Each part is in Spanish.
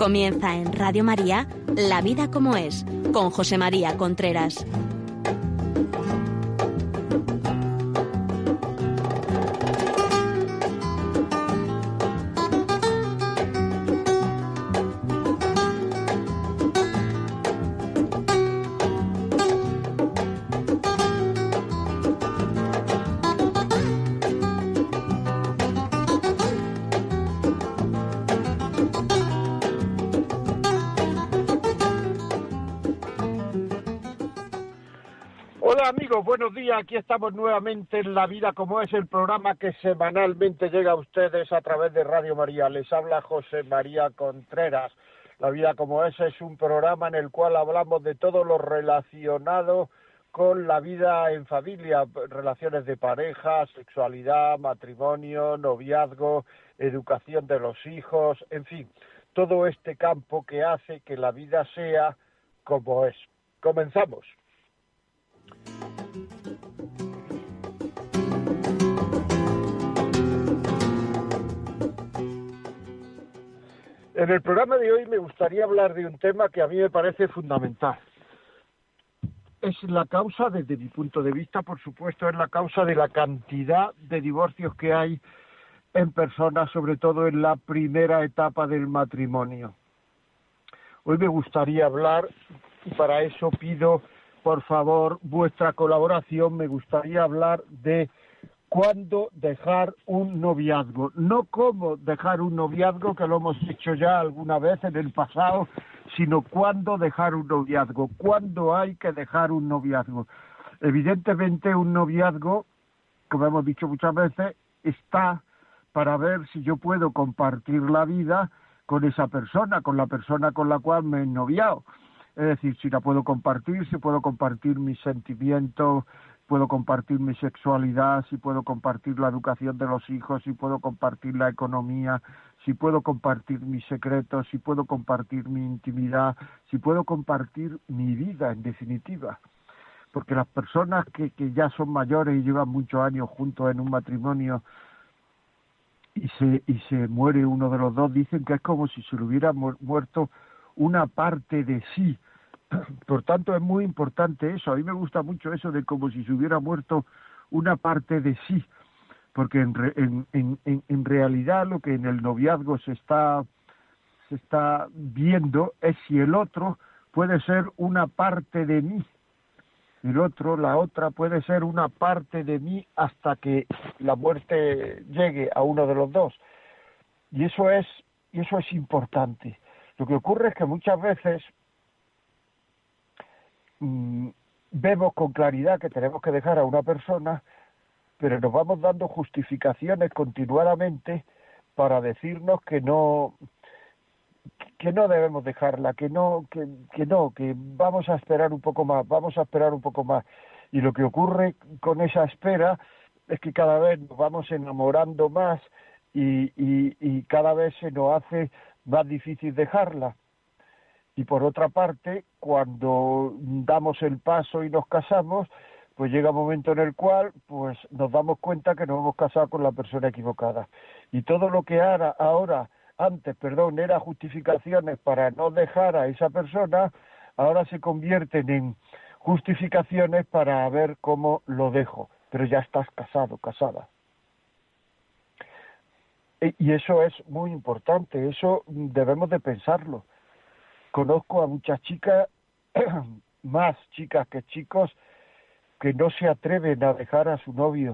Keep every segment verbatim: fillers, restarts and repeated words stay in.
Comienza en Radio María, La vida como es, con José María Contreras. Amigos, buenos días. Aquí estamos nuevamente en La Vida como es, el programa que semanalmente llega a ustedes a través de Radio María. Les habla José María Contreras. La Vida como es es un programa en el cual hablamos de todo lo relacionado con la vida en familia, relaciones de pareja, sexualidad, matrimonio, noviazgo, educación de los hijos, en fin, todo este campo que hace que la vida sea como es. Comenzamos. En el programa de hoy me gustaría hablar de un tema que a mí me parece fundamental. Es la causa, desde mi punto de vista, por supuesto, es la causa de la cantidad de divorcios que hay en personas, sobre todo en la primera etapa del matrimonio. Hoy me gustaría hablar, y para eso pido, por favor, vuestra colaboración. Me gustaría hablar de cuándo dejar un noviazgo, no cómo dejar un noviazgo, que lo hemos hecho ya alguna vez en el pasado, sino cuándo dejar un noviazgo, cuándo hay que dejar un noviazgo. Evidentemente un noviazgo, como hemos dicho muchas veces, está para ver si yo puedo compartir la vida con esa persona, con la persona con la cual me he noviado. Es decir, si la puedo compartir, si puedo compartir mis sentimientos, puedo compartir mi sexualidad, si puedo compartir la educación de los hijos, si puedo compartir la economía, si puedo compartir mis secretos, si puedo compartir mi intimidad, si puedo compartir mi vida, en definitiva. Porque las personas que, que ya son mayores y llevan muchos años juntos en un matrimonio y se, y se muere uno de los dos, dicen que es como si se le hubiera mu- muerto una parte de sí. Por tanto, es muy importante eso. A mí me gusta mucho eso de como si se hubiera muerto una parte de sí, porque en, re, en, en, en, en realidad lo que en el noviazgo se está, se está viendo es si el otro puede ser una parte de mí. El otro, la otra, puede ser una parte de mí hasta que la muerte llegue a uno de los dos. Y eso es, y eso es importante. Lo que ocurre es que muchas veces mmm, vemos con claridad que tenemos que dejar a una persona, pero nos vamos dando justificaciones continuadamente para decirnos que no que no debemos dejarla, que no, que, que no, que vamos a esperar un poco más, vamos a esperar un poco más. Y lo que ocurre con esa espera es que cada vez nos vamos enamorando más y, y, y cada vez se nos hace más difícil dejarla. Y por otra parte, cuando damos el paso y nos casamos, pues llega un momento en el cual pues nos damos cuenta que nos hemos casado con la persona equivocada. Y todo lo que ahora, ahora antes, perdón, era justificaciones para no dejar a esa persona, ahora se convierten en justificaciones para ver cómo lo dejo. Pero ya estás casado, casada. Y eso es muy importante, eso debemos de pensarlo. Conozco a muchas chicas, más chicas que chicos, que no se atreven a dejar a su novio,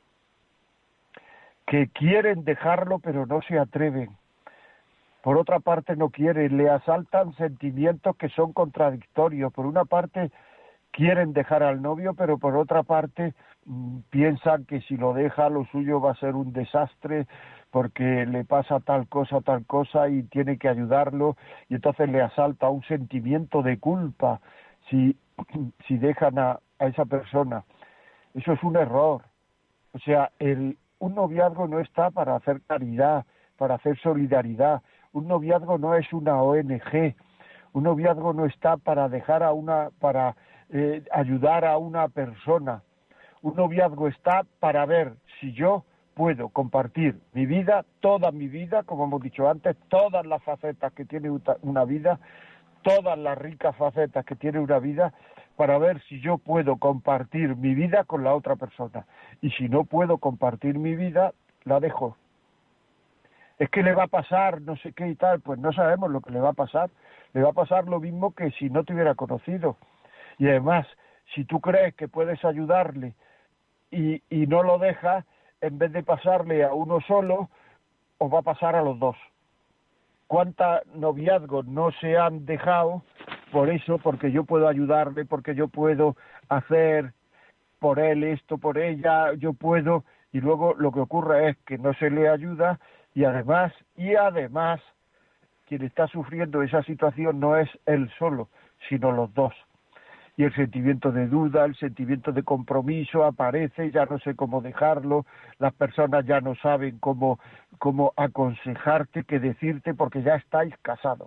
que quieren dejarlo pero no se atreven. Por otra parte no quieren, le asaltan sentimientos que son contradictorios. Por una parte quieren dejar al novio, pero por otra parte mmm, piensan que si lo deja lo suyo va a ser un desastre porque le pasa tal cosa, tal cosa y tiene que ayudarlo, y entonces le asalta un sentimiento de culpa si, si dejan a, a esa persona. Eso es un error. O sea, el, un noviazgo no está para hacer caridad, para hacer solidaridad. Un noviazgo no es una O N Ge. Un noviazgo no está para dejar a una, para eh, ayudar a una persona. Un noviazgo está para ver si yo puedo compartir mi vida, toda mi vida, como hemos dicho antes, todas las facetas que tiene una vida, todas las ricas facetas que tiene una vida, para ver si yo puedo compartir mi vida con la otra persona. Y si no puedo compartir mi vida, la dejo. Es que le va a pasar no sé qué y tal, pues no sabemos lo que le va a pasar. Le va a pasar lo mismo que si no te hubiera conocido. Y además, si tú crees que puedes ayudarle y, y no lo dejas, en vez de pasarle a uno solo, os va a pasar a los dos. ¿Cuántos noviazgos no se han dejado por eso? Porque yo puedo ayudarle, porque yo puedo hacer por él esto, por ella, yo puedo, y luego lo que ocurre es que no se le ayuda y además, y además, quien está sufriendo esa situación no es él solo, sino los dos. Y el sentimiento de duda, el sentimiento de compromiso aparece, ya no sé cómo dejarlo, las personas ya no saben cómo, cómo aconsejarte, qué decirte, porque ya estáis casados.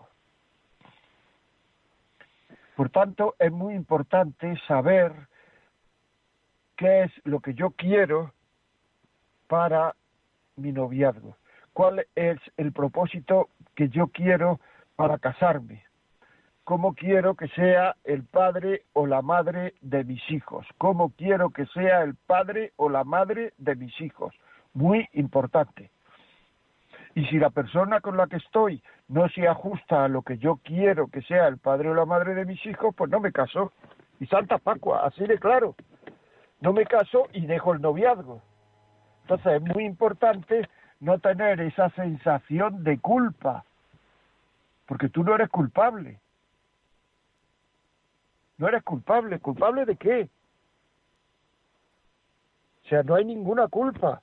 Por tanto, es muy importante saber qué es lo que yo quiero para mi noviazgo, cuál es el propósito que yo quiero para casarme. ¿Cómo quiero que sea el padre o la madre de mis hijos? ¿Cómo quiero que sea el padre o la madre de mis hijos? Muy importante. Y si la persona con la que estoy no se ajusta a lo que yo quiero que sea el padre o la madre de mis hijos, pues no me caso. Y Santa Pascua, así de claro. No me caso y dejo el noviazgo. Entonces es muy importante no tener esa sensación de culpa, porque tú no eres culpable. No eres culpable. ¿Culpable de qué? O sea, no hay ninguna culpa.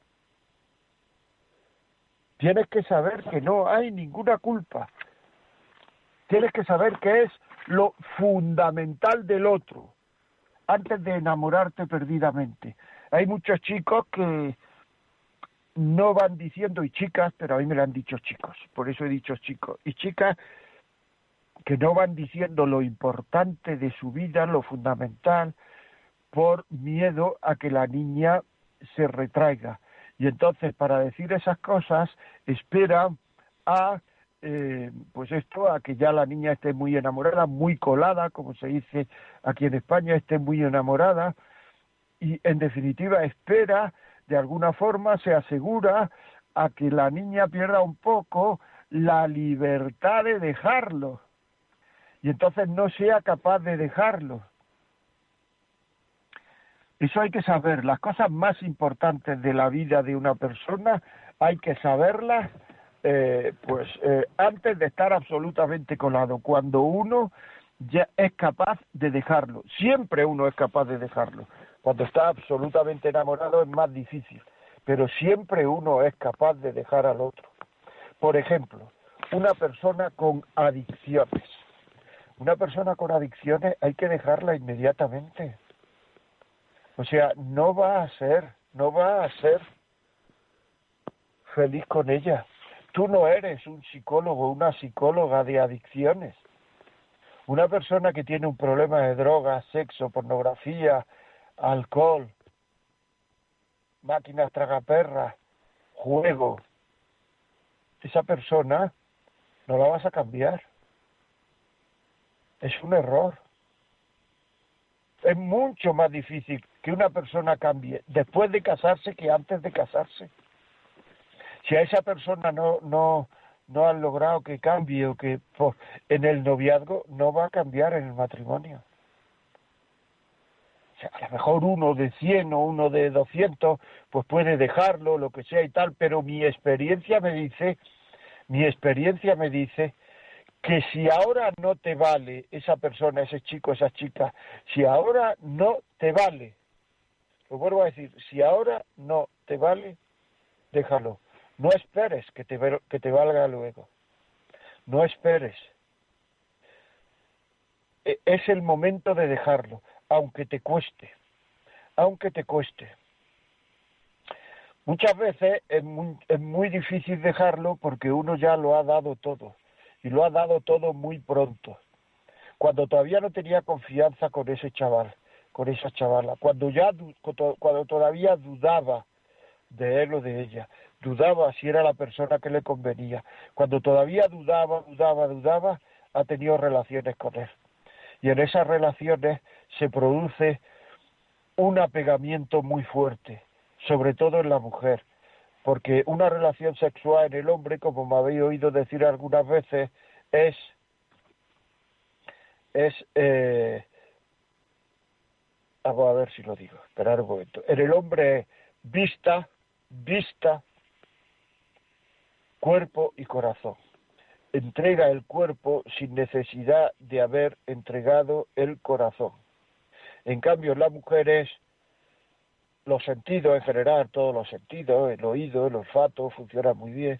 Tienes que saber que no hay ninguna culpa. Tienes que saber qué es lo fundamental del otro, antes de enamorarte perdidamente. Hay muchos chicos que no van diciendo, y chicas, pero a mí me lo han dicho chicos, por eso he dicho chicos, y chicas que no van diciendo lo importante de su vida, lo fundamental, por miedo a que la niña se retraiga. Y entonces, para decir esas cosas, esperan a, eh, pues esto, a que ya la niña esté muy enamorada, muy colada, como se dice aquí en España, esté muy enamorada, y en definitiva espera, de alguna forma, se asegura a que la niña pierda un poco la libertad de dejarlo. Y entonces no sea capaz de dejarlo. Eso hay que saber. Las cosas más importantes de la vida de una persona hay que saberlas eh, pues eh, antes de estar absolutamente colado. Cuando uno ya es capaz de dejarlo. Siempre uno es capaz de dejarlo. Cuando está absolutamente enamorado es más difícil. Pero siempre uno es capaz de dejar al otro. Por ejemplo, una persona con adicciones. Una persona con adicciones hay que dejarla inmediatamente. O sea, no va a ser, no va a ser feliz con ella. Tú no eres un psicólogo, una psicóloga de adicciones. Una persona que tiene un problema de drogas, sexo, pornografía, alcohol, máquinas tragaperras, juego, esa persona no la vas a cambiar. Es un error. Es mucho más difícil que una persona cambie después de casarse que antes de casarse. Si a esa persona no no no han logrado que cambie o que pues, en el noviazgo, no va a cambiar en el matrimonio. O sea, a lo mejor uno de cien o uno de doscientos pues puede dejarlo, lo que sea y tal, pero mi experiencia me dice, mi experiencia me dice que si ahora no te vale esa persona, ese chico, esa chica, si ahora no te vale, lo vuelvo a decir, si ahora no te vale, déjalo. No esperes que te, que te valga luego. No esperes. Es el momento de dejarlo, aunque te cueste, aunque te cueste. Muchas veces es muy, es muy difícil dejarlo porque uno ya lo ha dado todo. Y lo ha dado todo muy pronto, cuando todavía no tenía confianza con ese chaval, con esa chavala, cuando ya cuando todavía dudaba de él o de ella, dudaba si era la persona que le convenía. Cuando todavía dudaba, dudaba, dudaba, ha tenido relaciones con él. Y en esas relaciones se produce un apegamiento muy fuerte, sobre todo en la mujer, porque una relación sexual en el hombre, como me habéis oído decir algunas veces, es, es eh, vamos a ver si lo digo, esperad un momento, en el hombre es vista, vista, cuerpo y corazón. Entrega el cuerpo sin necesidad de haber entregado el corazón. En cambio, la mujer es los sentidos en general, todos los sentidos, el oído, el olfato, funciona muy bien,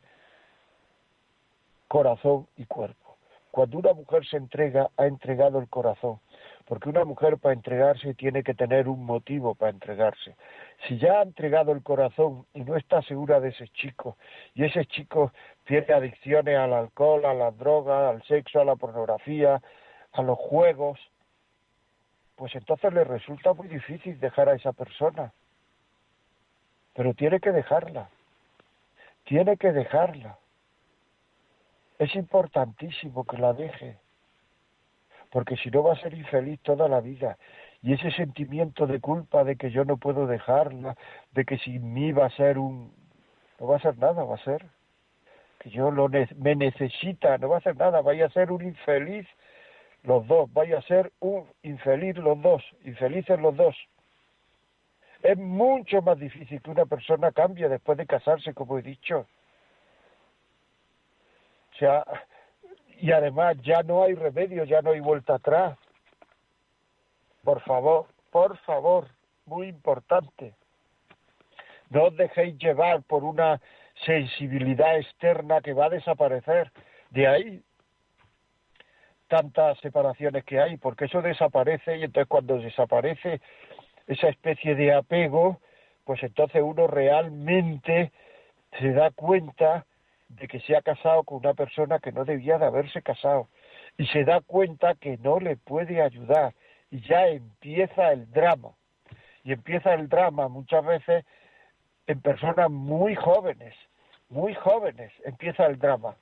corazón y cuerpo. Cuando una mujer se entrega, ha entregado el corazón, porque una mujer para entregarse tiene que tener un motivo para entregarse. Si ya ha entregado el corazón y no está segura de ese chico, y ese chico tiene adicciones al alcohol, a las drogas, al sexo, a la pornografía, a los juegos, pues entonces le resulta muy difícil dejar a esa persona. Pero tiene que dejarla, tiene que dejarla. Es importantísimo que la deje, porque si no va a ser infeliz toda la vida. Y ese sentimiento de culpa de que yo no puedo dejarla, de que sin mí va a ser un... no va a ser nada, va a ser que yo lo ne- me necesita, no va a ser nada, vaya a ser un infeliz los dos, vaya a ser un infeliz los dos, infelices los dos. Es mucho más difícil que una persona cambie después de casarse, como he dicho. O sea, y además ya no hay remedio, ya no hay vuelta atrás. Por favor, por favor, muy importante. No os dejéis llevar por una sensibilidad externa que va a desaparecer. De ahí tantas separaciones que hay, porque eso desaparece y entonces cuando desaparece esa especie de apego, pues entonces uno realmente se da cuenta de que se ha casado con una persona que no debía de haberse casado y se da cuenta que no le puede ayudar y ya empieza el drama. Y empieza el drama muchas veces en personas muy jóvenes, muy jóvenes empieza el drama.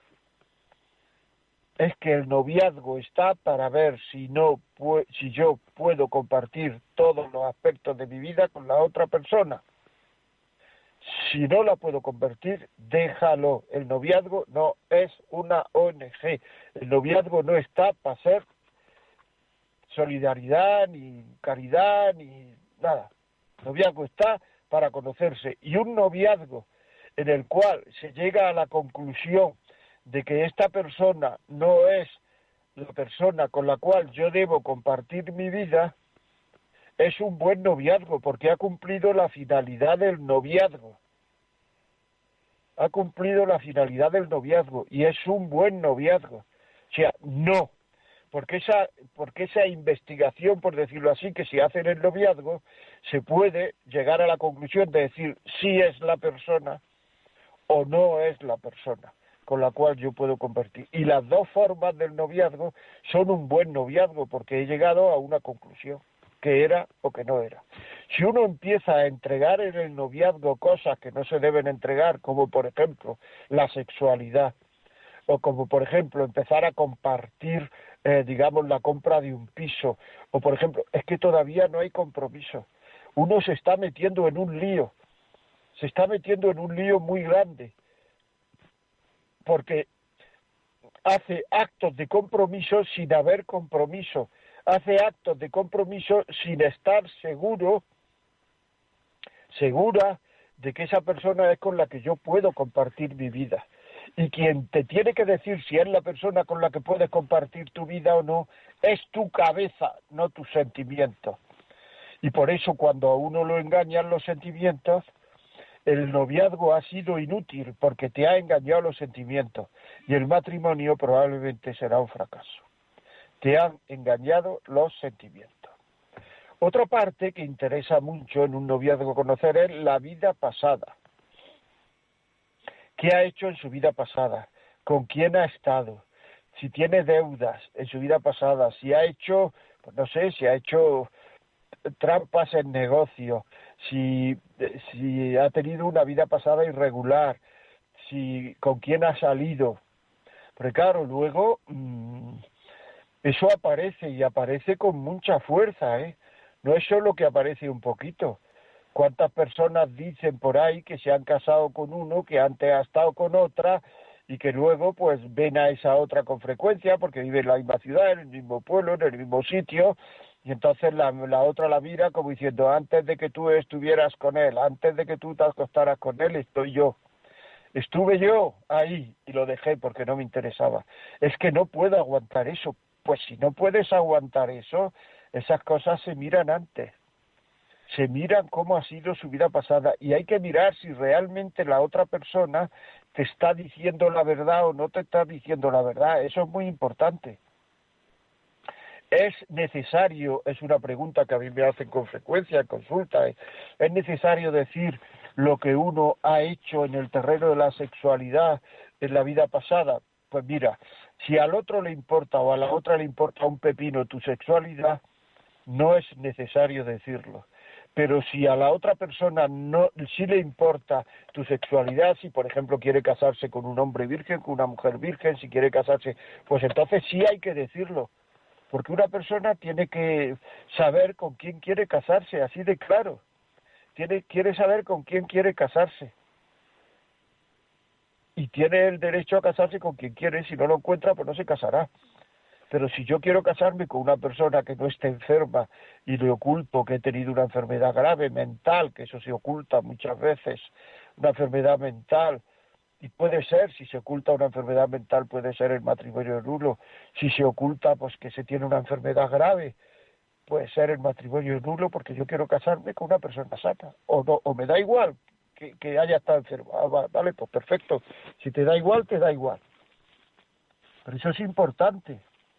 Es que el noviazgo está para ver si no si yo puedo compartir todos los aspectos de mi vida con la otra persona. Si no la puedo convertir, déjalo. El noviazgo no es una O N G. El noviazgo no está para ser solidaridad, ni caridad, ni nada. El noviazgo está para conocerse. Y un noviazgo en el cual se llega a la conclusión de que esta persona no es la persona con la cual yo debo compartir mi vida, es un buen noviazgo, porque ha cumplido la finalidad del noviazgo. Ha cumplido la finalidad del noviazgo y es un buen noviazgo. O sea, no, porque esa, porque esa investigación, por decirlo así, que se hace en el noviazgo, se puede llegar a la conclusión de decir si es la persona o no es la persona con la cual yo puedo compartir. Y las dos formas del noviazgo son un buen noviazgo, porque he llegado a una conclusión, que era o que no era. Si uno empieza a entregar en el noviazgo cosas que no se deben entregar, como por ejemplo la sexualidad, o como por ejemplo empezar a compartir, eh, digamos, la compra de un piso, o por ejemplo, es que todavía no hay compromiso. Uno se está metiendo en un lío, se está metiendo en un lío muy grande, porque hace actos de compromiso sin haber compromiso, hace actos de compromiso sin estar seguro, segura de que esa persona es con la que yo puedo compartir mi vida. Y quien te tiene que decir si es la persona con la que puedes compartir tu vida o no, es tu cabeza, no tus sentimientos. Y por eso cuando a uno lo engañan los sentimientos, el noviazgo ha sido inútil porque te ha engañado los sentimientos y el matrimonio probablemente será un fracaso. Te han engañado los sentimientos. Otra parte que interesa mucho en un noviazgo conocer es la vida pasada. ¿Qué ha hecho en su vida pasada? ¿Con quién ha estado? Si tiene deudas en su vida pasada, si ha hecho, pues no sé, si ha hecho trampas en negocio, si de, si ha tenido una vida pasada irregular, si con quién ha salido. Porque claro, luego mmm, eso aparece y aparece con mucha fuerza, ¿eh? No es solo que aparece un poquito. ¿Cuántas personas dicen por ahí que se han casado con uno, que antes ha estado con otra y que luego pues ven a esa otra con frecuencia porque vive en la misma ciudad, en el mismo pueblo, en el mismo sitio, y entonces la, la otra la mira como diciendo, antes de que tú estuvieras con él, antes de que tú te acostaras con él, estoy yo. Estuve yo ahí y lo dejé porque no me interesaba. Es que no puedo aguantar eso. Pues si no puedes aguantar eso, esas cosas se miran antes. Se miran cómo ha sido su vida pasada y hay que mirar si realmente la otra persona te está diciendo la verdad o no te está diciendo la verdad. Eso es muy importante. ¿Es necesario, es una pregunta que a mí me hacen con frecuencia en consulta, es necesario decir lo que uno ha hecho en el terreno de la sexualidad en la vida pasada? Pues mira, si al otro le importa o a la otra le importa un pepino tu sexualidad, no es necesario decirlo. Pero si a la otra persona no, sí le importa tu sexualidad, si por ejemplo quiere casarse con un hombre virgen, con una mujer virgen, si quiere casarse, pues entonces sí hay que decirlo. Porque una persona tiene que saber con quién quiere casarse, así de claro. Tiene, quiere saber con quién quiere casarse. Y tiene el derecho a casarse con quien quiere, si no lo encuentra, pues no se casará. Pero si yo quiero casarme con una persona que no esté enferma y le oculto que he tenido una enfermedad grave, mental, que eso se oculta muchas veces, una enfermedad mental, y puede ser, si se oculta una enfermedad mental, puede ser el matrimonio nulo. Si se oculta, pues que se tiene una enfermedad grave, puede ser el matrimonio nulo porque yo quiero casarme con una persona sana. O no, o me da igual que, que haya estado enfermo. Ah, vale, pues perfecto. Si te da igual, te da igual. Pero eso es importante.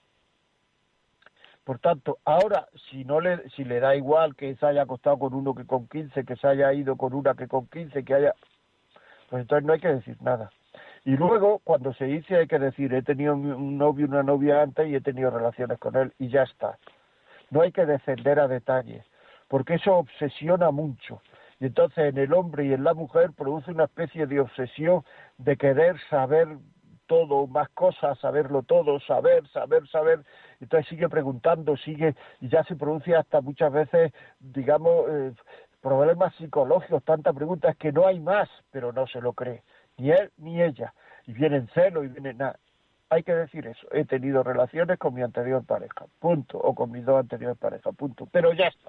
Por tanto, ahora, si no le, si le da igual que se haya acostado con uno que con quince, que se haya ido con una que con quince, que haya... pues entonces no hay que decir nada. Y luego, cuando se dice, hay que decir, he tenido un novio y una novia antes y he tenido relaciones con él, y ya está. No hay que descender a detalles, porque eso obsesiona mucho. Y entonces en el hombre y en la mujer produce una especie de obsesión de querer saber todo, más cosas, saberlo todo, saber, saber, saber. Entonces sigue preguntando, sigue, y ya se produce hasta muchas veces, digamos, eh, problemas psicológicos, tantas preguntas que no hay más, pero no se lo cree, ni él ni ella. Y vienen celos y vienen nada. Hay que decir eso, he tenido relaciones con mi anterior pareja, punto, o con mis dos anteriores parejas, punto, pero ya está.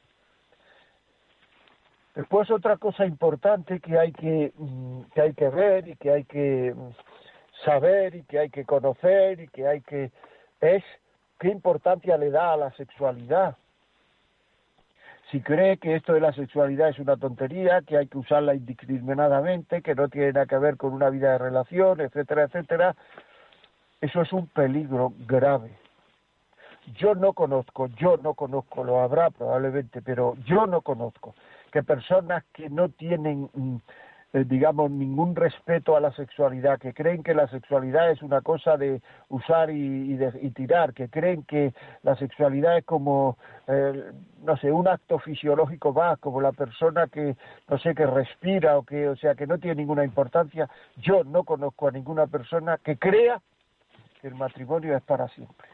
Después otra cosa importante que hay que, que hay que ver y que hay que saber y que hay que conocer y que hay que... es qué importancia le da a la sexualidad. Si cree que esto de la sexualidad es una tontería, que hay que usarla indiscriminadamente, que no tiene nada que ver con una vida de relación, etcétera, etcétera, eso es un peligro grave. Yo no conozco, yo no conozco, lo habrá probablemente, pero yo no conozco que personas que no tienen, eh, digamos, ningún respeto a la sexualidad, que creen que la sexualidad es una cosa de usar y, y, de, y tirar, que creen que la sexualidad es como, eh, no sé, un acto fisiológico más, como la persona que, no sé, que respira o que, o sea, que no tiene ninguna importancia. Yo no conozco a ninguna persona que crea que el matrimonio es para siempre.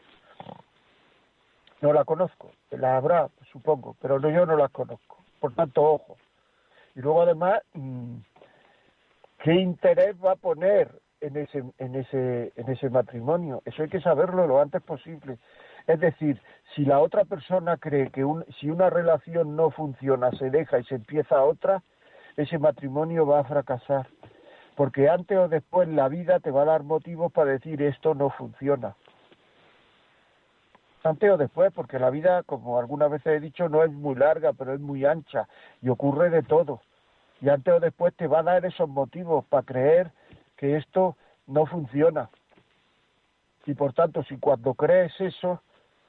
No la conozco, la habrá, supongo, pero no, yo no las conozco. Por tanto, ojo. Y luego además, ¿qué interés va a poner en ese, en ese, en ese matrimonio? Eso hay que saberlo lo antes posible. Es decir, si la otra persona cree que un, si una relación no funciona, se deja y se empieza otra, ese matrimonio va a fracasar. Porque antes o después la vida te va a dar motivos para decir esto no funciona. Antes o después, porque la vida, como algunas veces he dicho, no es muy larga, pero es muy ancha y ocurre de todo. Y antes o después te va a dar esos motivos para creer que esto no funciona. Y por tanto, si cuando crees eso,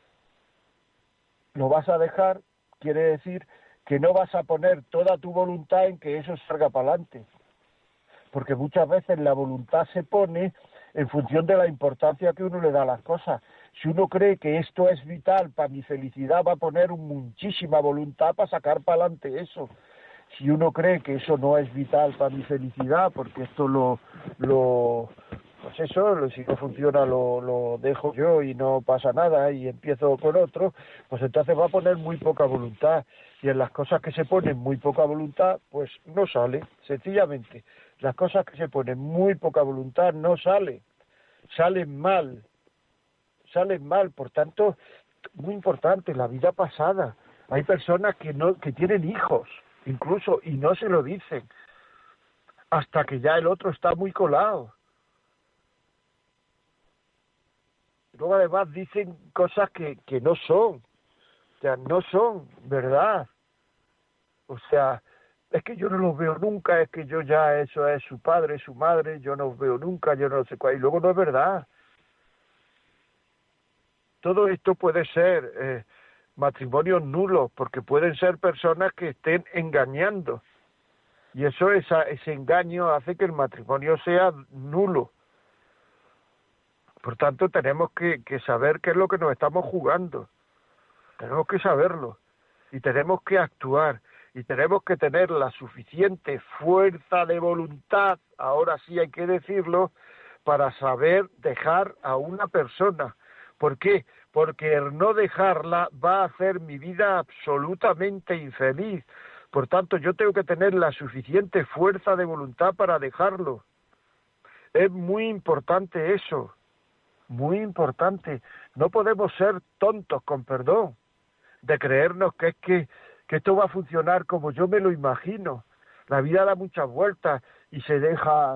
lo vas a dejar, quiere decir que no vas a poner toda tu voluntad en que eso salga para adelante. Porque muchas veces la voluntad se pone en función de la importancia que uno le da a las cosas. Si uno cree que esto es vital para mi felicidad, va a poner muchísima voluntad para sacar para adelante eso. Si uno cree que eso no es vital para mi felicidad, porque esto lo, lo pues eso, si no funciona lo, lo dejo yo y no pasa nada y empiezo con otro, pues entonces va a poner muy poca voluntad. Y en las cosas que se ponen muy poca voluntad, pues no sale, sencillamente. Las cosas que se ponen muy poca voluntad no salen, salen mal, salen mal. Por tanto, muy importante, la vida pasada. Hay personas que no que tienen hijos, incluso, y no se lo dicen, hasta que ya el otro está muy colado. Luego además dicen cosas que, que no son, o sea, no son verdad. O sea, es que yo no los veo nunca, es que yo ya, eso es su padre, su madre, yo no los veo nunca, yo no sé cuál, y luego no es verdad. Todo esto puede ser eh, matrimonios nulos, porque pueden ser personas que estén engañando, y eso, esa, ese engaño hace que el matrimonio sea nulo. Por tanto, tenemos que, que saber qué es lo que nos estamos jugando. Tenemos que saberlo. Y tenemos que actuar. Y tenemos que tener la suficiente fuerza de voluntad, ahora sí hay que decirlo, para saber dejar a una persona. ¿Por qué? Porque el no dejarla va a hacer mi vida absolutamente infeliz. Por tanto, yo tengo que tener la suficiente fuerza de voluntad para dejarlo. Es muy importante eso. Muy importante. No podemos ser tontos, con perdón, de creernos que es que, que esto va a funcionar como yo me lo imagino. La vida da muchas vueltas y se deja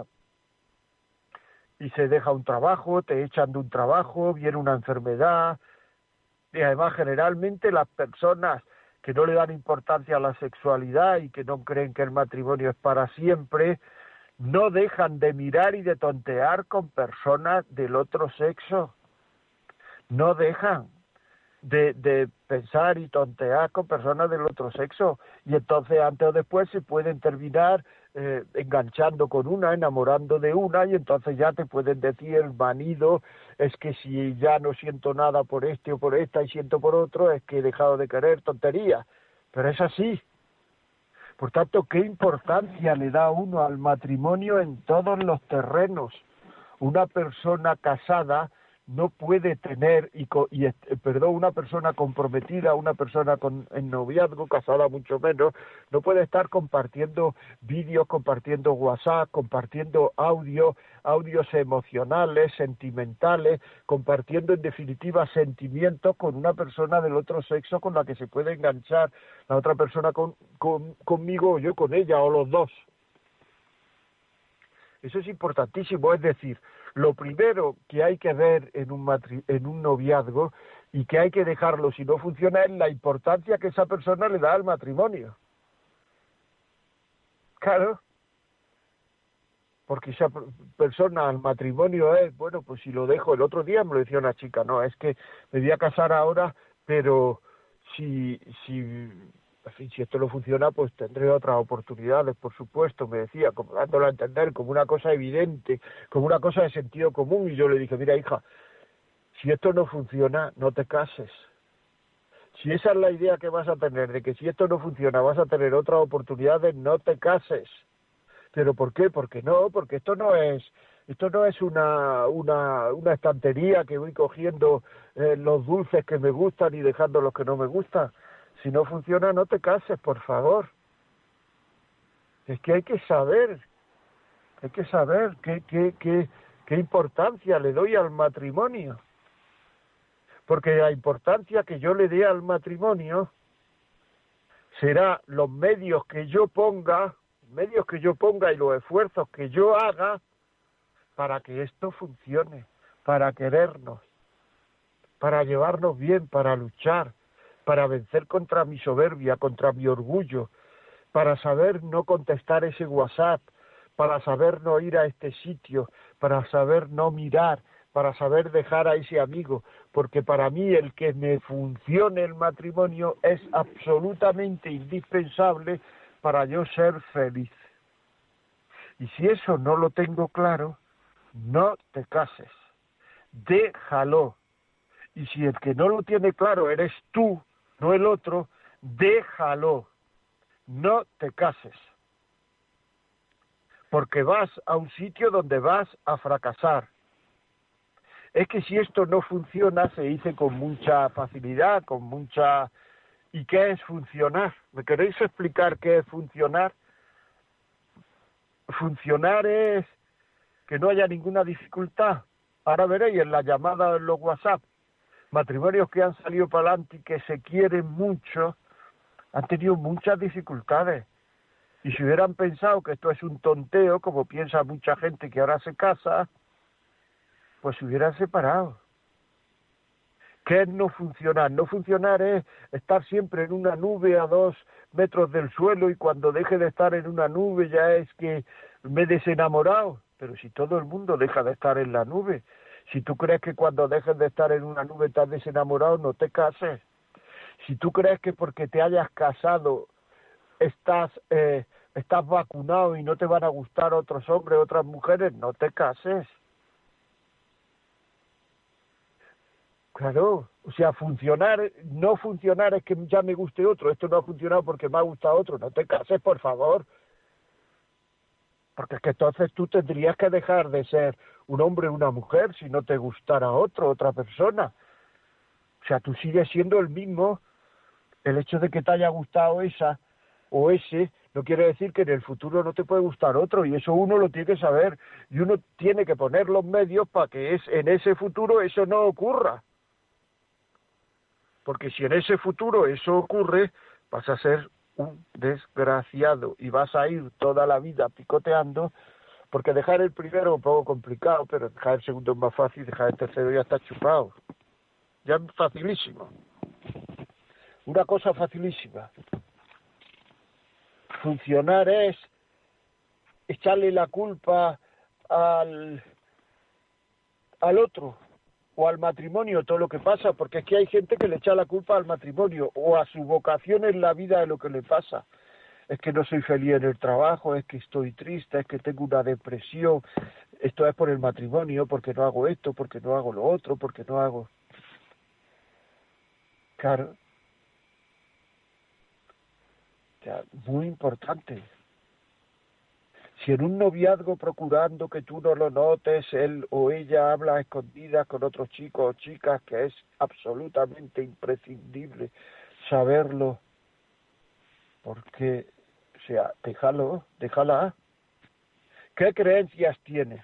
y se deja un trabajo, te echan de un trabajo, viene una enfermedad, y además generalmente las personas que no le dan importancia a la sexualidad y que no creen que el matrimonio es para siempre, no dejan de mirar y de tontear con personas del otro sexo. No dejan de, de pensar y tontear con personas del otro sexo. Y entonces antes o después se pueden terminar eh, enganchando con una, enamorando de una, y entonces ya te pueden decir el manido, es que si ya no siento nada por este o por esta y siento por otro, es que he dejado de querer, tontería. Pero es así. Por tanto, ¿qué importancia le da uno al matrimonio en todos los terrenos? Una persona casada no puede tener, y, y perdón, una persona comprometida, una persona con en noviazgo, casada mucho menos, no puede estar compartiendo vídeos, compartiendo WhatsApp, compartiendo audio, audios emocionales, sentimentales, compartiendo en definitiva sentimientos con una persona del otro sexo con la que se puede enganchar la otra persona con, con, conmigo o yo con ella, o los dos. Eso es importantísimo, es decir, lo primero que hay que ver en un matri- en un noviazgo y que hay que dejarlo si no funciona es la importancia que esa persona le da al matrimonio. Claro, porque esa persona al matrimonio es, bueno, pues si lo dejo, el otro día me lo decía una chica, no, es que me voy a casar ahora, pero si, si, en fin, si esto no funciona, pues tendré otras oportunidades, por supuesto, me decía, como dándolo a entender, como una cosa evidente, como una cosa de sentido común, y yo le dije, mira, hija, si esto no funciona, no te cases. Si esa es la idea que vas a tener, de que si esto no funciona vas a tener otras oportunidades, no te cases. ¿Pero por qué? Porque no, porque esto no es esto no es una una, una estantería que voy cogiendo eh, los dulces que me gustan y dejando los que no me gustan. Si no funciona, no te cases, por favor. Es que hay que saber, hay que saber qué, qué, qué, qué importancia le doy al matrimonio. Porque la importancia que yo le dé al matrimonio será los medios que yo ponga, medios que yo ponga y los esfuerzos que yo haga para que esto funcione, para querernos, para llevarnos bien, para luchar, para vencer contra mi soberbia, contra mi orgullo, para saber no contestar ese WhatsApp, para saber no ir a este sitio, para saber no mirar, para saber dejar a ese amigo, porque para mí el que me funcione el matrimonio es absolutamente indispensable para yo ser feliz. Y si eso no lo tengo claro, no te cases, déjalo. Y si el que no lo tiene claro eres tú, no el otro, déjalo. no te cases, porque vas a un sitio donde vas a fracasar. Es que si esto no funciona, se dice con mucha facilidad, con mucha... ¿Y qué es funcionar? ¿Me queréis explicar qué es funcionar? Funcionar es que no haya ninguna dificultad. Ahora veréis en la llamada en los WhatsApp, matrimonios que han salido para adelante y que se quieren mucho, han tenido muchas dificultades. Y si hubieran pensado que esto es un tonteo, como piensa mucha gente que ahora se casa, pues se hubieran separado. ¿Qué es no funcionar? No funcionar es estar siempre en una nube a dos metros del suelo y cuando deje de estar en una nube ya es que me he desenamorado. Pero si todo el mundo deja de estar en la nube, si tú crees que cuando dejes de estar en una nube estás desenamorado, no te cases. Si tú crees que porque te hayas casado estás eh, estás vacunado y no te van a gustar otros hombres, otras mujeres, no te cases. Claro, o sea, funcionar, no funcionar es que ya me guste otro, esto no ha funcionado porque me ha gustado otro, no te cases, por favor. Porque es que entonces tú tendrías que dejar de ser un hombre o una mujer si no te gustara otro, otra persona. O sea, tú sigues siendo el mismo. El hecho de que te haya gustado esa o ese no quiere decir que en el futuro no te puede gustar otro, y eso uno lo tiene que saber, y uno tiene que poner los medios para que es, en ese futuro eso no ocurra. Porque si en ese futuro eso ocurre, vas a ser un desgraciado y vas a ir toda la vida picoteando, porque dejar el primero es un poco complicado, pero dejar el segundo es más fácil, dejar el tercero ya está chupado. Ya es facilísimo. Una cosa facilísima. Funcionar es echarle la culpa al, al otro o al matrimonio, todo lo que pasa, porque es que hay gente que le echa la culpa al matrimonio o a su vocación en la vida de lo que le pasa. Es que no soy feliz en el trabajo, es que estoy triste, es que tengo una depresión, esto es por el matrimonio, porque no hago esto, porque no hago lo otro, porque no hago... Claro. O sea, muy importante. Si en un noviazgo procurando que tú no lo notes, él o ella habla a escondidas con otros chicos o chicas, que es absolutamente imprescindible saberlo, porque, o sea, déjalo, déjala. ¿Qué creencias tiene?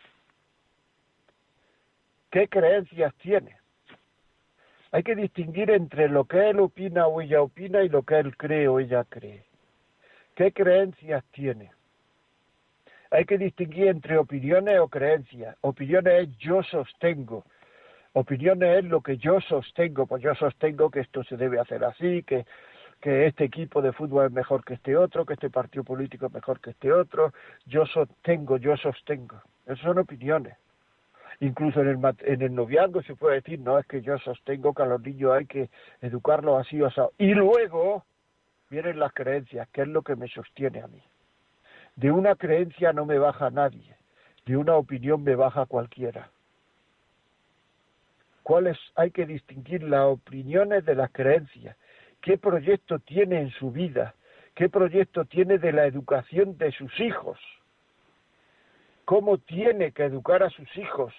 ¿Qué creencias tiene? Hay que distinguir entre lo que él opina o ella opina y lo que él cree o ella cree. ¿Qué creencias tiene? Hay que distinguir entre opiniones o creencias. Opiniones es yo sostengo. Opiniones es lo que yo sostengo. Pues yo sostengo que esto se debe hacer así, que, que este equipo de fútbol es mejor que este otro, que este partido político es mejor que este otro. Yo sostengo, yo sostengo. Esas son opiniones. Incluso en el, en el noviazgo se puede decir, no, es que yo sostengo que a los niños hay que educarlos así o así. Y luego vienen las creencias, que es lo que me sostiene a mí. De una creencia no me baja nadie, de una opinión me baja cualquiera. ¿Cuáles? Hay que distinguir las opiniones de las creencias. ¿Qué proyecto tiene en su vida? ¿Qué proyecto tiene de la educación de sus hijos? ¿Cómo tiene que educar a sus hijos?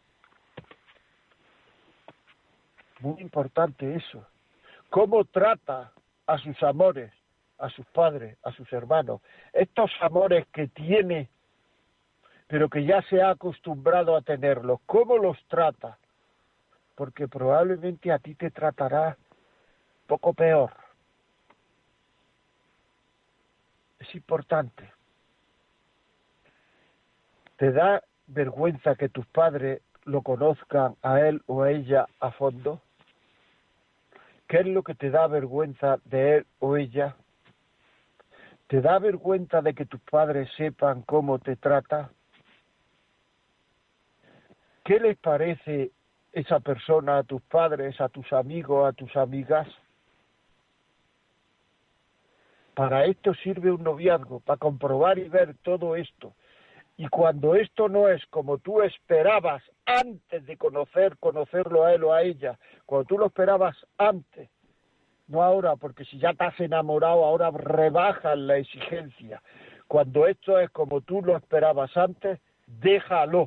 Muy importante eso. ¿Cómo trata a sus amores, a sus padres, a sus hermanos? Estos amores que tiene, pero que ya se ha acostumbrado a tenerlos, ¿cómo los trata? Porque probablemente a ti te tratará poco peor. Es importante. ¿Te da vergüenza que tus padres lo conozcan a él o a ella a fondo? ¿Qué es lo que te da vergüenza de él o ella? ¿Te da vergüenza de que tus padres sepan cómo te trata? ¿Qué les parece esa persona a tus padres, a tus amigos, a tus amigas? Para esto sirve un noviazgo, para comprobar y ver todo esto. Y cuando esto no es como tú esperabas antes de conocer, conocerlo a él o a ella, cuando tú lo esperabas antes no ahora, porque si ya te has enamorado, ahora rebajas la exigencia. Cuando esto es como tú lo esperabas antes, déjalo.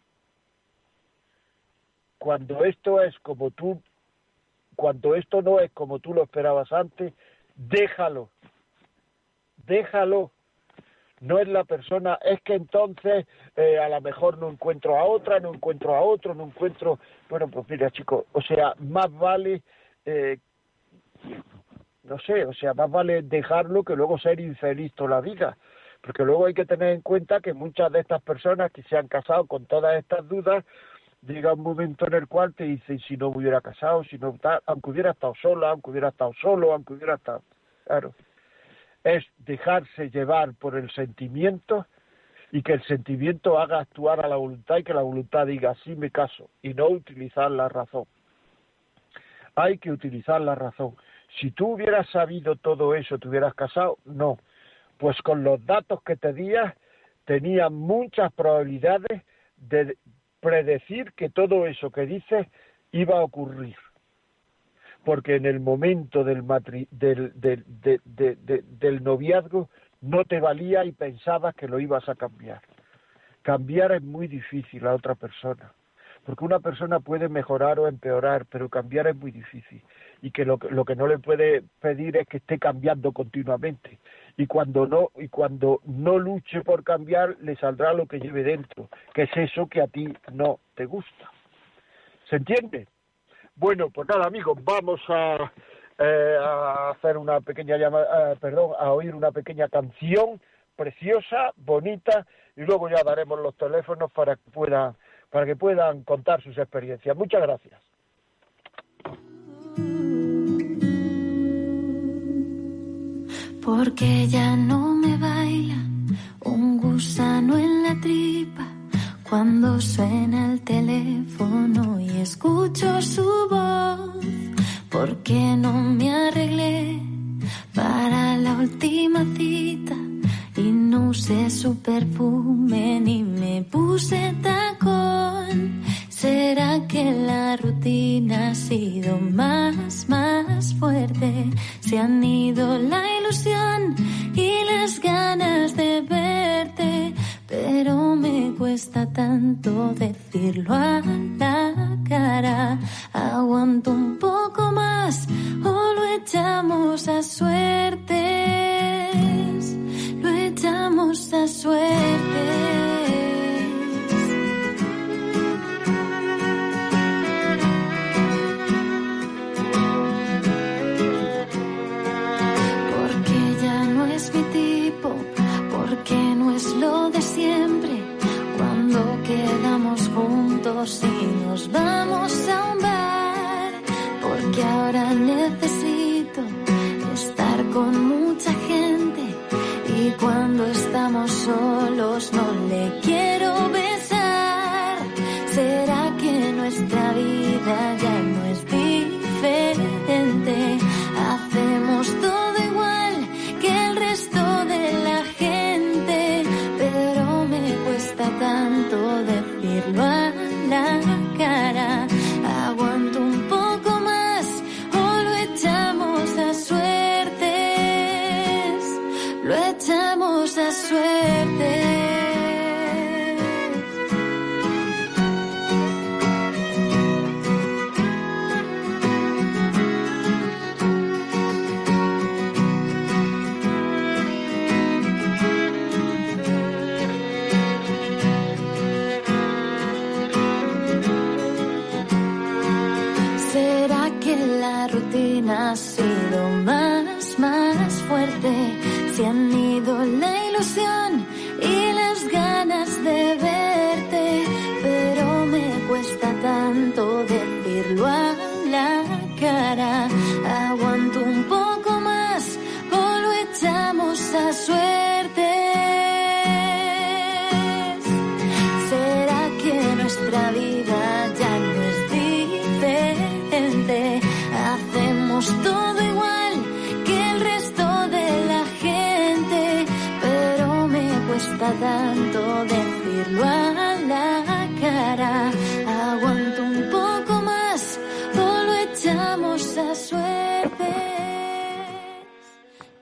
Cuando esto es como tú, cuando esto no es como tú lo esperabas antes, déjalo. Déjalo. No es la persona, es que entonces eh, a lo mejor no encuentro a otra, no encuentro a otro, no encuentro... Bueno, pues mira, chicos, o sea, más vale, eh, no sé, o sea, más vale dejarlo que luego ser infeliz toda la vida. Porque luego hay que tener en cuenta que muchas de estas personas que se han casado con todas estas dudas, llega un momento en el cual te dicen, si no me hubiera casado, si no tal, aunque hubiera estado sola, aunque hubiera estado solo, aunque hubiera estado... Claro. Es dejarse llevar por el sentimiento y que el sentimiento haga actuar a la voluntad y que la voluntad diga sí me caso y no utilizar la razón. Hay que utilizar la razón. Si tú hubieras sabido todo eso, te hubieras casado, no. Pues con los datos que te días, tenías muchas probabilidades de predecir que todo eso que dices iba a ocurrir. Porque en el momento del, matri del, del, de, de, de, del noviazgo no te valía y pensabas que lo ibas a cambiar. Cambiar es muy difícil a otra persona, porque una persona puede mejorar o empeorar, pero cambiar es muy difícil. Y que lo, lo que no le puede pedir es que esté cambiando continuamente. Y cuando no, y cuando no luche por cambiar, le saldrá lo que lleve dentro, que es eso que a ti no te gusta. ¿Se entiende? Bueno, pues nada, amigos, vamos a, eh, a hacer una pequeña llamada, eh, perdón, a oír una pequeña canción preciosa, bonita, y luego ya daremos los teléfonos para que puedan, para que puedan contar sus experiencias. Muchas gracias. Porque ya no me baila un gusano en la tripa cuando suena el teléfono y escucho su voz, porque no me arreglé para la última cita y no usé su perfume ni me puse tacón. ¿Será que la rutina ha sido más, más fuerte? Se han ido la ilusión y las ganas de verte, pero me cuesta tanto decirlo a la cara. Aguanto un poco más o lo echamos a suertes, lo echamos a suertes. Porque no es lo de siempre cuando quedamos juntos y nos vamos a un bar, porque ahora necesito estar con mucha gente y cuando estamos solos no le quiero besar. ¿Será que nuestra vida ya no es diferente? Hacemos todo igual que el resto de la gente, pero me cuesta tanto decirlo a la cara. Aguanto un poco más o lo echamos a suertes, lo echamos a suertes.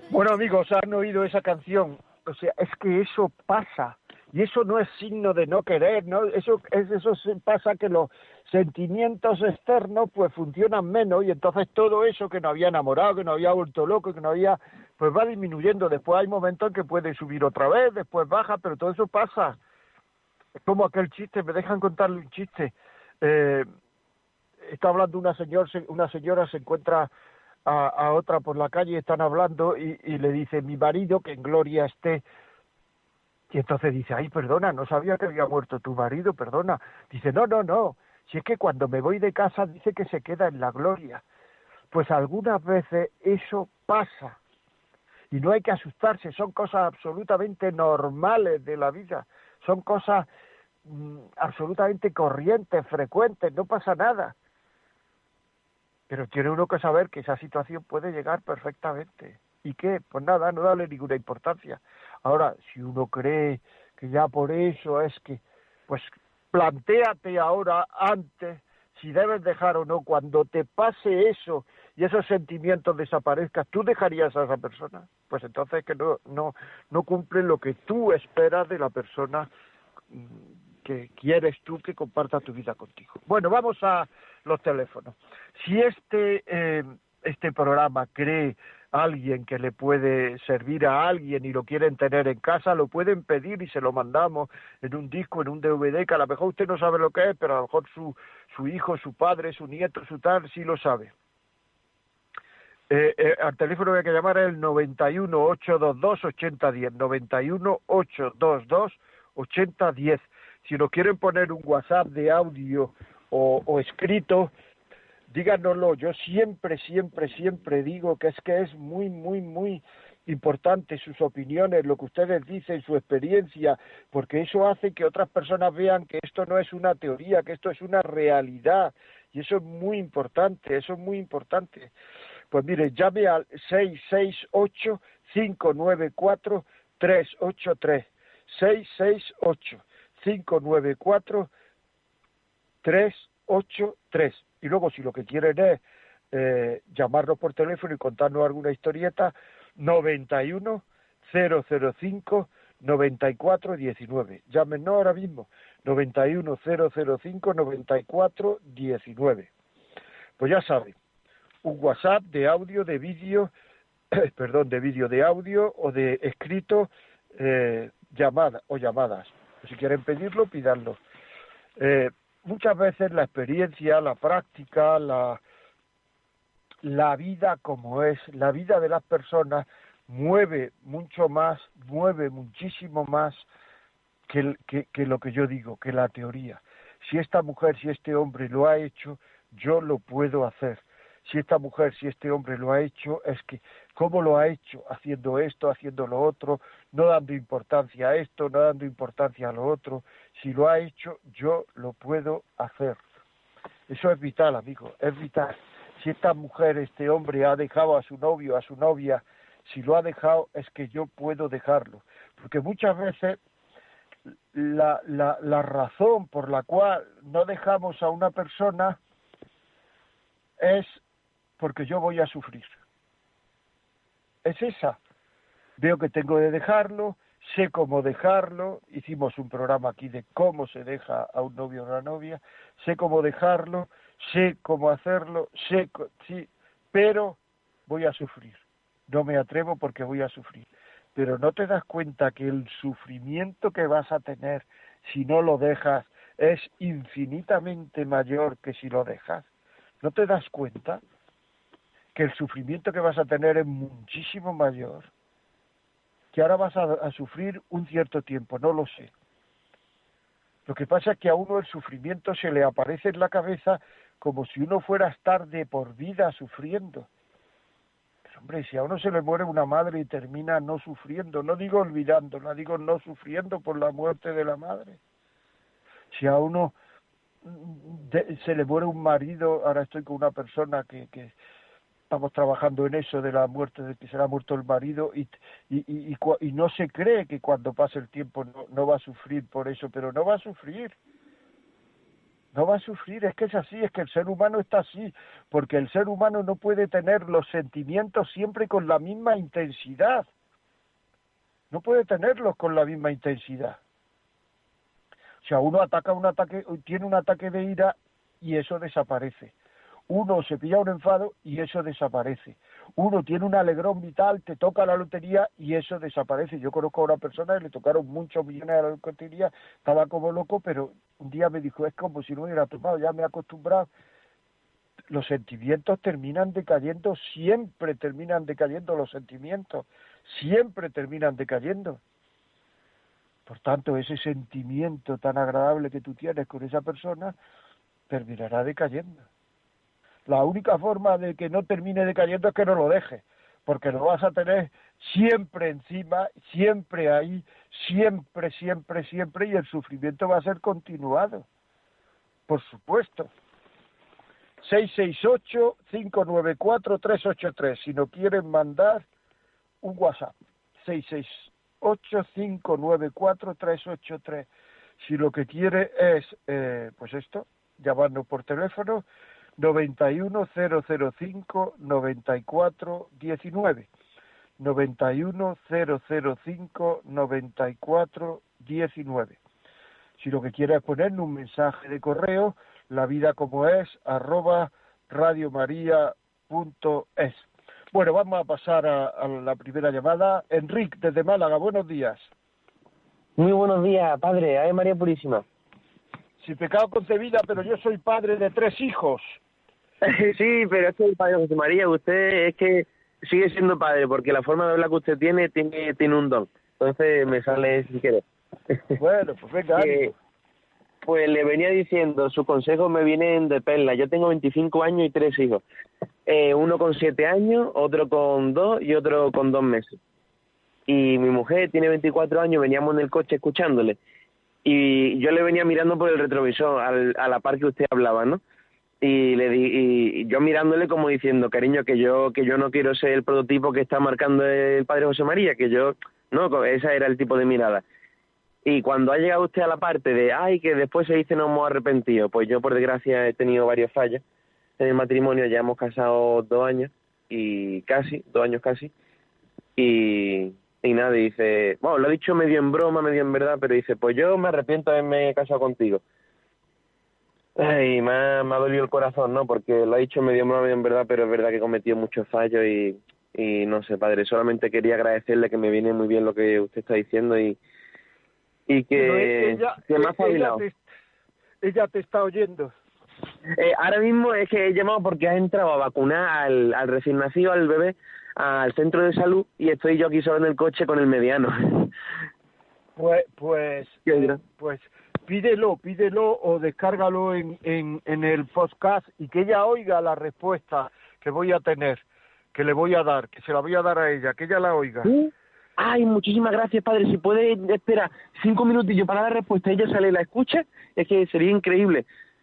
Bueno, amigos, han oído esa canción. O sea, es que eso pasa. Y eso no es signo de no querer, ¿no? Eso, es, eso pasa que los sentimientos externos pues funcionan menos y entonces todo eso que nos había enamorado, que nos había vuelto loco, que nos había, pues va disminuyendo. Después hay momentos en que puede subir otra vez, después baja, pero todo eso pasa. Es como aquel chiste, me dejan contarle un chiste. Eh, está hablando una señora, una señora se encuentra a, a otra por la calle, están hablando y, y le dice, mi marido, que en gloria esté. Y entonces dice, ay, perdona, no sabía que había muerto tu marido, perdona. Dice, no, no, no, si es que cuando me voy de casa dice que se queda en la gloria. Pues algunas veces eso pasa. Y no hay que asustarse, son cosas absolutamente normales de la vida. Son cosas mm, absolutamente corrientes, frecuentes, no pasa nada. Pero tiene uno que saber que esa situación puede llegar perfectamente. ¿Y qué? Pues nada, no darle ninguna importancia. Ahora, si uno cree que ya por eso es que, pues plantéate ahora antes si debes dejar o no. Cuando te pase eso y esos sentimientos desaparezcan, ¿tú dejarías a esa persona? Pues entonces que no, no, no cumple lo que tú esperas de la persona que quieres tú que comparta tu vida contigo. Bueno, vamos a los teléfonos. Si este eh, este programa cree alguien que le puede servir a alguien y lo quieren tener en casa, lo pueden pedir y se lo mandamos en un disco, en un D V D, que a lo mejor usted no sabe lo que es, pero a lo mejor su, su hijo, su padre, su nieto, su tal, sí lo sabe. Eh, eh, al teléfono que hay que llamar es el noventa y uno, ochocientos veintidós, ochenta diez, noventa y uno, ochocientos veintidós, ochenta diez. Si nos quieren poner un WhatsApp de audio o, o escrito, díganoslo. Yo siempre, siempre, siempre digo que es que es muy, muy, muy importante sus opiniones, lo que ustedes dicen, su experiencia, porque eso hace que otras personas vean que esto no es una teoría, que esto es una realidad, y eso es muy importante, eso es muy importante. Pues mire, llame al seis seis ocho, cinco nueve cuatro, tres ocho tres, seis seis ocho, cinco nueve cuatro, tres ocho tres. Y luego, si lo que quieren es eh, llamarnos por teléfono y contarnos alguna historieta, noventa y uno, cero cero cinco, noventa y cuatro diecinueve. Llámenos ahora mismo, noventa y uno, cero cero cinco, noventa y cuatro diecinueve. Pues ya saben, un WhatsApp de audio, de vídeo, perdón, de vídeo, de audio o de escrito, eh, llamada o llamadas. Si quieren pedirlo, pídanlo. Eh, muchas veces la experiencia, la práctica, la, la vida como es, la vida de las personas mueve mucho más, mueve muchísimo más que, que, que lo que yo digo, que la teoría. Si esta mujer, si este hombre lo ha hecho, yo lo puedo hacer. Si esta mujer, si este hombre lo ha hecho, es que, ¿cómo lo ha hecho? Haciendo esto, haciendo lo otro, no dando importancia a esto, no dando importancia a lo otro. Si lo ha hecho, yo lo puedo hacer. Eso es vital, amigo, es vital. Si esta mujer, este hombre ha dejado a su novio, a su novia, si lo ha dejado, es que yo puedo dejarlo. Porque muchas veces la, la, la razón por la cual no dejamos a una persona es porque yo voy a sufrir. Es esa. Veo que tengo de dejarlo, sé cómo dejarlo, hicimos un programa aquí de cómo se deja a un novio o una novia, sé cómo dejarlo, sé cómo hacerlo, sé, sí, pero voy a sufrir. No me atrevo porque voy a sufrir. Pero no te das cuenta que el sufrimiento que vas a tener si no lo dejas es infinitamente mayor que si lo dejas. ¿No te das cuenta que el sufrimiento que vas a tener es muchísimo mayor? Que ahora vas a, a sufrir un cierto tiempo, no lo sé. Lo que pasa es que a uno el sufrimiento se le aparece en la cabeza como si uno fuera a estar de por vida sufriendo. Pero, hombre, si a uno se le muere una madre y termina no sufriendo, no digo olvidándola, digo no sufriendo por la muerte de la madre. Si a uno de, se le muere un marido, ahora estoy con una persona que... que estamos trabajando en eso de la muerte, de que se le ha muerto el marido y, y, y, y, y no se cree que cuando pase el tiempo no, no va a sufrir por eso, pero no va a sufrir. no va a sufrir, es que es así, es que el ser humano está así, porque el ser humano no puede tener los sentimientos siempre con la misma intensidad, no puede tenerlos con la misma intensidad. O sea, uno ataca un ataque, tiene un ataque de ira y eso desaparece. Uno se pilla un enfado y eso desaparece. Uno tiene un alegrón vital, te toca la lotería y eso desaparece. Yo conozco a una persona que le tocaron muchos millones a la lotería, estaba como loco, pero un día me dijo, es como si no hubiera tomado, ya me he acostumbrado. Los sentimientos terminan decayendo, siempre terminan decayendo los sentimientos, siempre terminan decayendo. Por tanto, ese sentimiento tan agradable que tú tienes con esa persona terminará decayendo. La única forma de que no termine decayendo es que no lo dejes, porque lo vas a tener siempre encima, siempre ahí, siempre, siempre, siempre, y el sufrimiento va a ser continuado, por supuesto. seis seis ocho, cinco nueve cuatro, tres ocho tres, si no quieren mandar un WhatsApp, seis seis ocho, cinco nueve cuatro, tres ocho tres. Si lo que quiere es, eh, pues esto, llamarnos por teléfono, noventa y uno, cero cero cinco, noventa y cuatro, diecinueve, noventa y uno, cero cero cinco, noventa y cuatro, diecinueve. Si lo que quiere es ponerle un mensaje de correo, la vida como es, arroba radiomaria punto es. Bueno, vamos a pasar a, a la primera llamada. Enrique, desde Málaga, buenos días. Muy buenos días, padre. Ave María Purísima. Sin pecado concebida, pero yo soy padre de tres hijos. Sí, pero es que el padre José María, usted es que sigue siendo padre, porque la forma de hablar que usted tiene, tiene, tiene un don. Entonces me sale sin querer. Bueno, pues venga, que, pues le venía diciendo, sus consejos me vienen de perla. Yo tengo veinticinco años y tres hijos. Eh, uno con siete años, otro con dos y otro con dos meses. Y mi mujer tiene veinticuatro años, veníamos en el coche escuchándole. Y yo le venía mirando por el retrovisor, al, a la par que usted hablaba, ¿no? Y le di, y yo mirándole como diciendo, cariño, que yo que yo no quiero ser el prototipo que está marcando el padre José María, que yo, no, esa era el tipo de mirada. Y cuando ha llegado usted a la parte de, ay, que después se dice no hemos arrepentido, pues yo por desgracia he tenido varios fallos en el matrimonio, ya hemos casado dos años, y casi, dos años casi, y, y nada, dice, bueno, lo ha dicho medio en broma, medio en verdad, pero dice, pues yo me arrepiento de haberme casado contigo. Ay, me ha, me ha dolido el corazón, ¿no? Porque lo ha dicho medio en broma, medio en verdad, pero es verdad que he cometido muchos fallos y, y no sé, padre, solamente quería agradecerle que me viene muy bien lo que usted está diciendo y, y que, ella, que me ha espabilado. Ella te, ella te está oyendo. Eh, ahora mismo es que he llamado porque has entrado a vacunar al, al recién nacido, al bebé, al centro de salud y estoy yo aquí solo en el coche con el mediano. Pues, pues, eh, pues pídelo, pídelo o descárgalo en, en, en el podcast y que ella oiga la respuesta que voy a tener, que le voy a dar, que se la voy a dar a ella, que ella la oiga. ¿Sí? Ay, muchísimas gracias, padre. Si puede esperar cinco minutillos para la respuesta, ella sale y la escucha, es que sería increíble.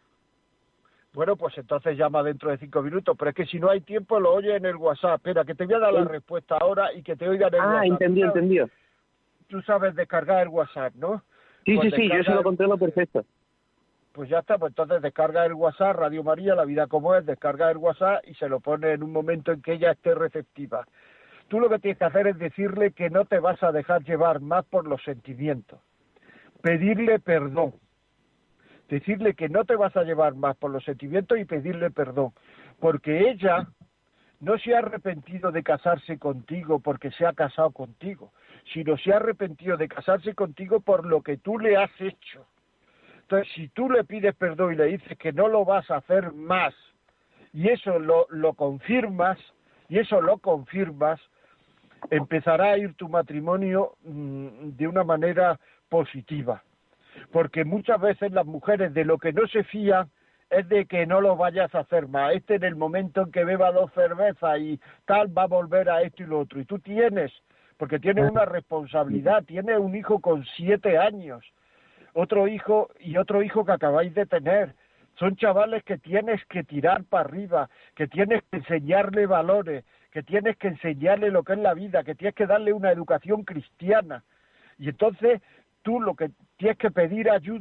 Bueno, pues entonces llama dentro de cinco minutos, pero es que si no hay tiempo lo oye en el WhatsApp. Espera, que te voy a dar la respuesta ahora y que te oiga en el ah, WhatsApp. Ah, entendido, entendido. Tú sabes descargar el WhatsApp, ¿no? Sí, pues sí, sí, yo se lo controlo perfecto. Pues ya está, pues entonces descarga el WhatsApp, Radio María, La Vida Como Es, descarga el WhatsApp y se lo pone en un momento en que ella esté receptiva. Tú lo que tienes que hacer es decirle que no te vas a dejar llevar más por los sentimientos. Pedirle perdón. Decirle que no te vas a llevar más por los sentimientos y pedirle perdón. Porque ella no se ha arrepentido de casarse contigo porque se ha casado contigo, sino se ha arrepentido de casarse contigo por lo que tú le has hecho. Entonces, si tú le pides perdón y le dices que no lo vas a hacer más, y eso lo, lo confirmas, y eso lo confirmas, empezará a ir tu matrimonio mmm, de una manera positiva. Porque muchas veces las mujeres de lo que no se fían es de que no lo vayas a hacer más. Este en el momento en que beba dos cervezas y tal va a volver a esto y lo otro. Y tú tienes, porque tienes una responsabilidad, tienes un hijo con siete años, otro hijo y otro hijo que acabáis de tener. Son chavales que tienes que tirar para arriba, que tienes que enseñarle valores, que tienes que enseñarle lo que es la vida, que tienes que darle una educación cristiana. Y entonces tú lo que tienes que pedir ayuda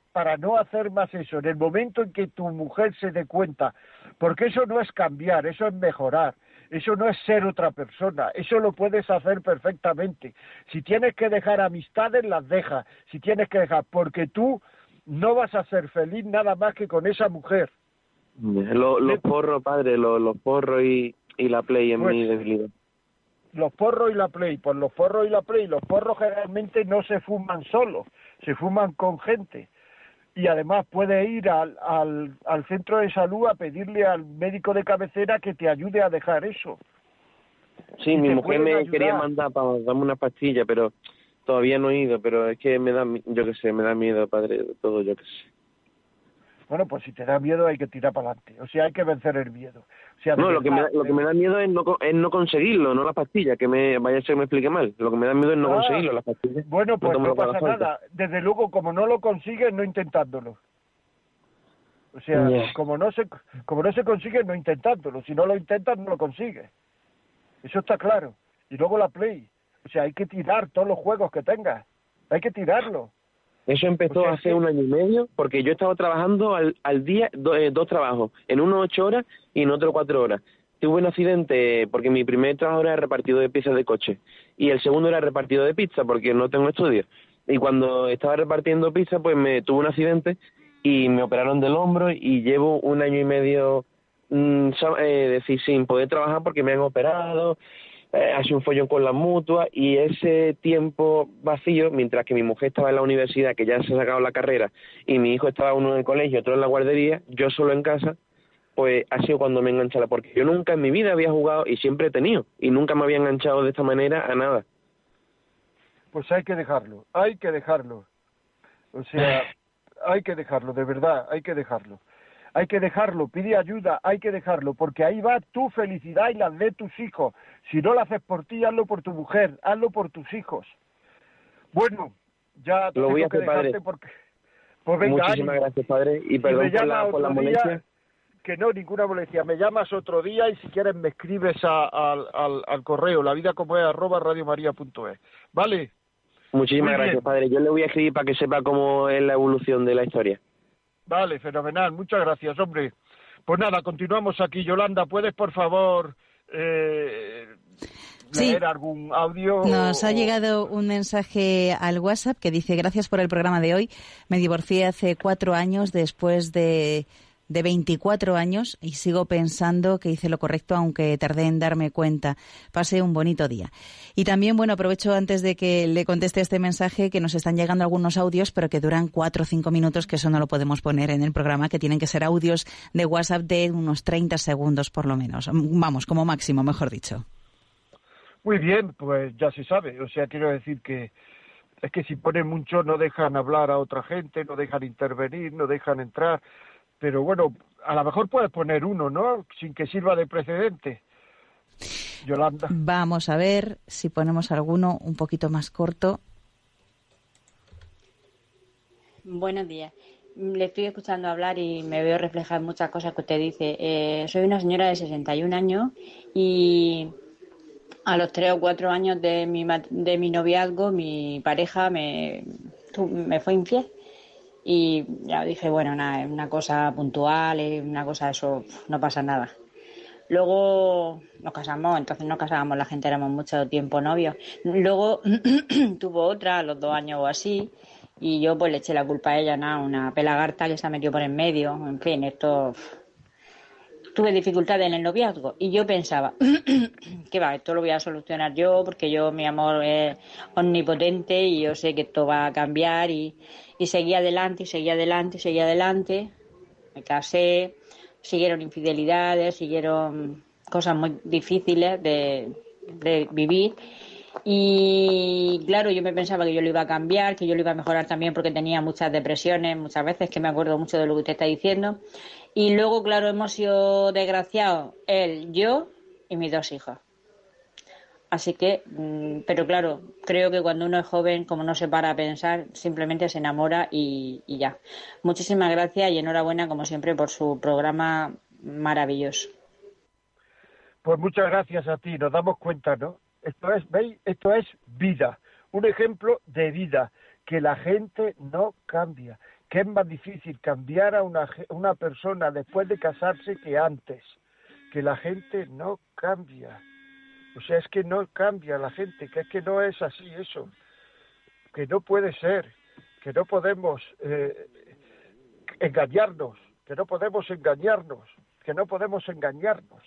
para no hacer más eso, en el momento en que tu mujer se dé cuenta, porque eso no es cambiar, eso es mejorar, eso no es ser otra persona, eso lo puedes hacer perfectamente. Si tienes que dejar amistades, las dejas, si tienes que dejar, porque tú no vas a ser feliz nada más que con esa mujer. Los, los porros, padre, los, los porros y, y la play en Pues, mi debilidad. Los porros y la play, pues los porros y la play, los porros generalmente no se fuman solos, se fuman con gente. Y además puedes ir al, al, al centro de salud a pedirle al médico de cabecera que te ayude a dejar eso. Sí, y mi te mujer pueden me ayudar. quería mandar para darme una pastilla, pero todavía no he ido, pero es que me da, yo qué sé, me da miedo, padre, de todo, yo qué sé. Bueno, pues si te da miedo hay que tirar para adelante, o sea, hay que vencer el miedo. O sea, de No, lo que, me da, verdad, lo que me da miedo es no, co- es no conseguirlo, no la pastilla, que me vaya a ser que me explique mal. Lo que me da miedo es no Ah, conseguirlo, las pastillas. Bueno, pues tomo no lo que haga pasa falta. nada. Desde luego, como no lo consigues, no intentándolo. O sea, Yeah. como no se como no se consigue, no intentándolo. Si no lo intentas, no lo consigues. Eso está claro. Y luego la Play. O sea, hay que tirar todos los juegos que tengas. Hay que tirarlo. Eso empezó O sea, hace que- un año y medio, porque yo estaba trabajando al, al día, do- eh, dos trabajos, en uno ocho horas y en otro cuatro horas. Tuve un accidente porque mi primer trabajo era repartido de piezas de coche y el segundo era repartido de pizza porque no tengo estudios. Y cuando estaba repartiendo pizza, pues me tuve un accidente y me operaron del hombro y llevo un año y medio mm, sa- eh, decir, sin poder trabajar porque me han operado. Eh, ha sido un follón con las mutuas y ese tiempo vacío, mientras que mi mujer estaba en la universidad, que ya se ha sacado la carrera, y mi hijo estaba uno en el colegio, otro en la guardería, yo solo en casa, pues ha sido cuando me he enganchado, porque yo nunca en mi vida había jugado y siempre he tenido, y nunca me había enganchado de esta manera a nada. Pues hay que dejarlo. Hay que dejarlo. O sea, hay que dejarlo, de verdad, hay que dejarlo. Hay que dejarlo, pide ayuda, hay que dejarlo, porque ahí va tu felicidad y la de tus hijos. Si no lo haces por ti, hazlo por tu mujer, hazlo por tus hijos. Bueno, ya Lo tengo voy a que hacer, dejarte padre. porque... Pues venga, Muchísimas ánimo. gracias, padre, y Si perdón me por llama la, por la otro molestia. día, que no, ninguna molestia, me llamas otro día y si quieres me escribes a- al, al, al correo, la vida como es, arroba radiomaria.es. ¿Vale? Muchísimas Muy gracias, bien. padre. Yo le voy a escribir para que sepa cómo es la evolución de la historia. Vale, fenomenal, muchas gracias, hombre. Pues nada, continuamos aquí. Yolanda, ¿puedes, por favor, eh, Sí. leer algún audio? Nos o- ha o- llegado un mensaje al WhatsApp que dice: gracias por el programa de hoy. Me divorcié hace cuatro años después de, de veinticuatro años y sigo pensando que hice lo correcto aunque tardé en darme cuenta. Pase un bonito día. Y también, bueno, aprovecho antes de que le conteste este mensaje que nos están llegando algunos audios pero que duran cuatro o cinco minutos, que eso no lo podemos poner en el programa, que tienen que ser audios de WhatsApp de unos treinta segundos por lo menos. Vamos, como máximo, mejor dicho. Muy bien, pues ya se sabe. O sea, quiero decir que es que si ponen mucho no dejan hablar a otra gente, no dejan intervenir, no dejan entrar. Pero bueno, a lo mejor puedes poner uno, ¿no? Sin que sirva de precedente. Yolanda. Vamos a ver si ponemos alguno un poquito más corto. Buenos días. Le estoy escuchando hablar y me veo reflejada en muchas cosas que usted dice. Eh, soy una señora de sesenta y un años y a los tres o cuatro años de mi, mat- de mi noviazgo, mi pareja me, tu- me fue infiel. Y ya dije, bueno, nada, es una cosa puntual, es una cosa, eso, no pasa nada. Luego nos casamos, entonces nos casábamos, la gente éramos mucho tiempo novios. Luego tuvo otra a los dos años o así, y yo pues le eché la culpa a ella, nada, una pelagarta que se ha metido por en medio, en fin, esto... Tuve dificultades en el noviazgo y yo pensaba, que va, esto lo voy a solucionar yo porque yo, mi amor es omnipotente y yo sé que esto va a cambiar y, y seguí adelante, y seguí adelante, y seguí adelante, me casé, siguieron infidelidades, siguieron cosas muy difíciles de, de vivir y claro, yo me pensaba que yo lo iba a cambiar, que yo lo iba a mejorar también porque tenía muchas depresiones, muchas veces, que me acuerdo mucho de lo que usted está diciendo. Y luego, claro, hemos sido desgraciados, él, yo y mis dos hijos. Así que, mmm, pero claro, creo que cuando uno es joven, como no se para a pensar, simplemente se enamora y, y ya. Muchísimas gracias y enhorabuena, como siempre, por su programa maravilloso. Pues muchas gracias a ti, nos damos cuenta, ¿no? Esto es, ¿veis? Esto es vida, un ejemplo de vida, que la gente no cambia, que es más difícil cambiar a una, una persona después de casarse que antes, que la gente no cambia. O sea, es que no cambia la gente, que es que no es así eso, que no puede ser, que no podemos eh, engañarnos, que no podemos engañarnos, que no podemos engañarnos,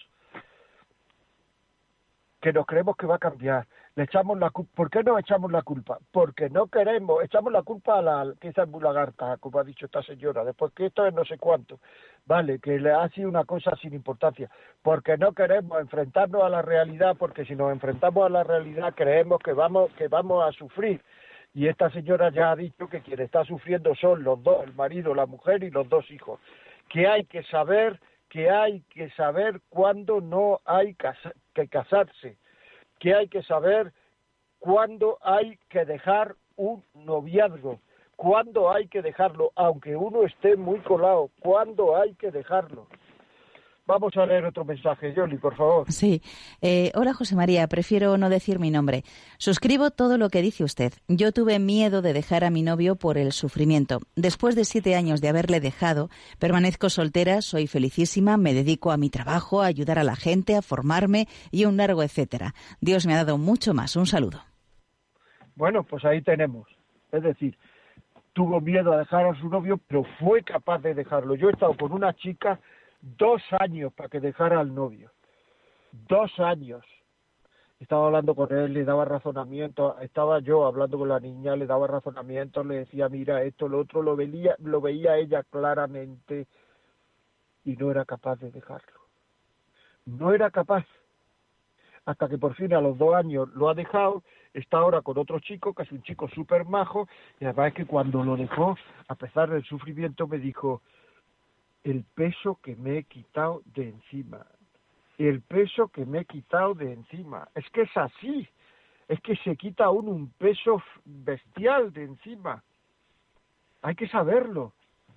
que nos creemos que va a cambiar. Le echamos la culpa. ¿Por qué nos echamos la culpa? Porque no queremos, echamos la culpa a la, quizás muy lagarta, como ha dicho esta señora, después que esto es no sé cuánto, vale, que le ha sido una cosa sin importancia, porque no queremos enfrentarnos a la realidad, porque si nos enfrentamos a la realidad creemos que vamos, que vamos a sufrir, y esta señora ya ha dicho que quien está sufriendo son los dos, el marido, la mujer y los dos hijos, que hay que saber, que hay que saber cuándo no hay que casarse, que hay que saber cuándo hay que dejar un noviazgo, cuándo hay que dejarlo, aunque uno esté muy colado, cuándo hay que dejarlo. Vamos a leer otro mensaje, Yoli, por favor. Sí. Eh, hola, José María, prefiero no decir mi nombre. Suscribo todo lo que dice usted. Yo tuve miedo de dejar a mi novio por el sufrimiento. Después de siete años de haberle dejado, permanezco soltera, soy felicísima, me dedico a mi trabajo, a ayudar a la gente, a formarme y un largo etcétera. Dios me ha dado mucho más. Un saludo. Bueno, pues ahí tenemos. Es decir, tuvo miedo a dejar a su novio, pero fue capaz de dejarlo. Yo he estado con una chica dos años para que dejara al novio. Dos años. Estaba hablando con él, le daba razonamiento. Estaba yo hablando con la niña, le daba razonamiento, le decía, mira, esto, lo otro, lo veía, lo veía ella claramente y no era capaz de dejarlo. No era capaz. Hasta que por fin a los dos años lo ha dejado, está ahora con otro chico, que es un chico súper majo, y además es que cuando lo dejó, a pesar del sufrimiento, me dijo, el peso que me he quitado de encima, el peso que me he quitado de encima, es que es así, es que se quita uno un peso bestial de encima, hay que saberlo.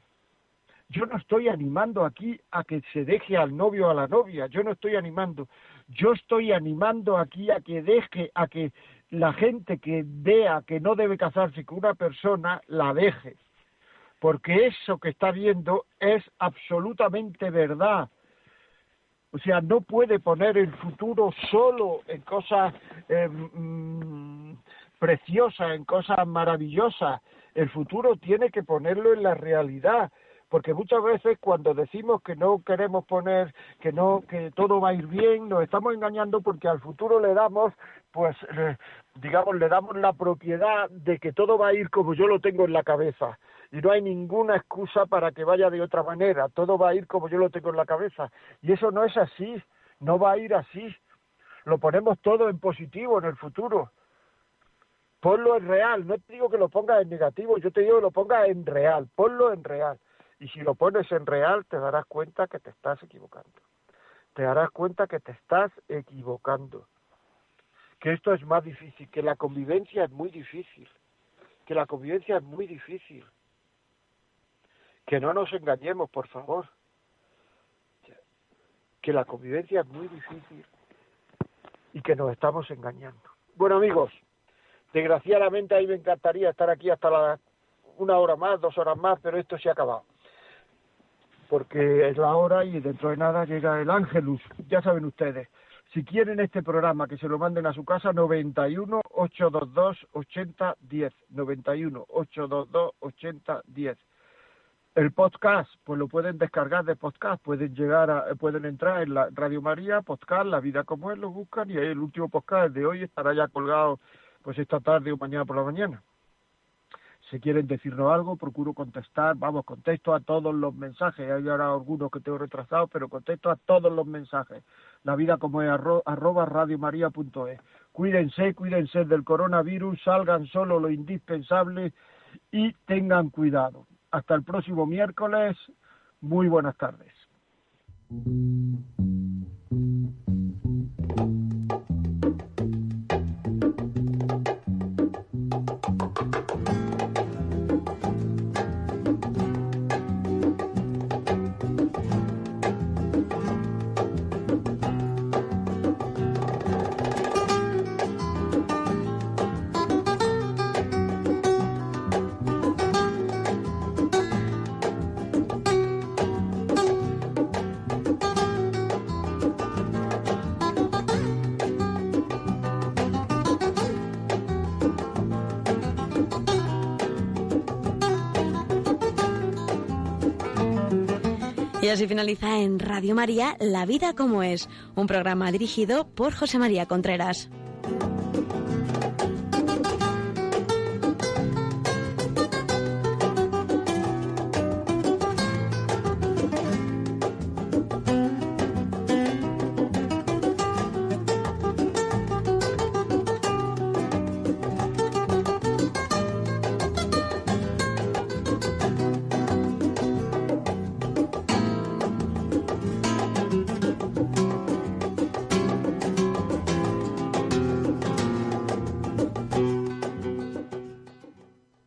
Yo no estoy animando aquí a que se deje al novio o a la novia, yo no estoy animando, yo estoy animando aquí a que deje, a que la gente que vea que no debe casarse con una persona, la deje. Porque eso que está viendo es absolutamente verdad. O sea, no puede poner el futuro solo en cosas eh, mmm, preciosas, en cosas maravillosas. El futuro tiene que ponerlo en la realidad. Porque muchas veces cuando decimos que no queremos poner, que no, que todo va a ir bien, nos estamos engañando porque al futuro le damos, pues, eh, digamos, le damos la propiedad de que todo va a ir como yo lo tengo en la cabeza. Y no hay ninguna excusa para que vaya de otra manera, todo va a ir como yo lo tengo en la cabeza. Y eso no es así, no va a ir así. Lo ponemos todo en positivo en el futuro. Ponlo en real, no te digo que lo pongas en negativo, yo te digo que lo pongas en real, ponlo en real. Y si lo pones en real, te darás cuenta que te estás equivocando. Te darás cuenta que te estás equivocando. Que esto es más difícil, que la convivencia es muy difícil. Que la convivencia es muy difícil. Que no nos engañemos, por favor. Que la convivencia es muy difícil y que nos estamos engañando. Bueno, amigos, desgraciadamente ahí me encantaría estar aquí hasta la una hora más, dos horas más, pero esto se ha acabado. Porque es la hora y dentro de nada llega el Ángelus. Ya saben ustedes, si quieren este programa, que se lo manden a su casa, noventa y uno, ochocientos veintidós, ochenta diez, noventa y uno, ochocientos veintidós, ochenta diez. El podcast, pues lo pueden descargar de podcast, pueden llegar a, pueden entrar en la Radio María, podcast, La Vida Como Es, lo buscan y ahí el último podcast de hoy estará ya colgado pues esta tarde o mañana por la mañana. Si quieren decirnos algo, procuro contestar, vamos, contesto a todos los mensajes, hay ahora algunos que tengo retrasados, pero contesto a todos los mensajes. La Vida Como Es, arro, arroba radiomaria punto es. Cuídense, cuídense del coronavirus, salgan solo lo indispensable y tengan cuidado. Hasta el próximo miércoles, muy buenas tardes. Y así finaliza en Radio María La Vida como es, un programa dirigido por José María Contreras.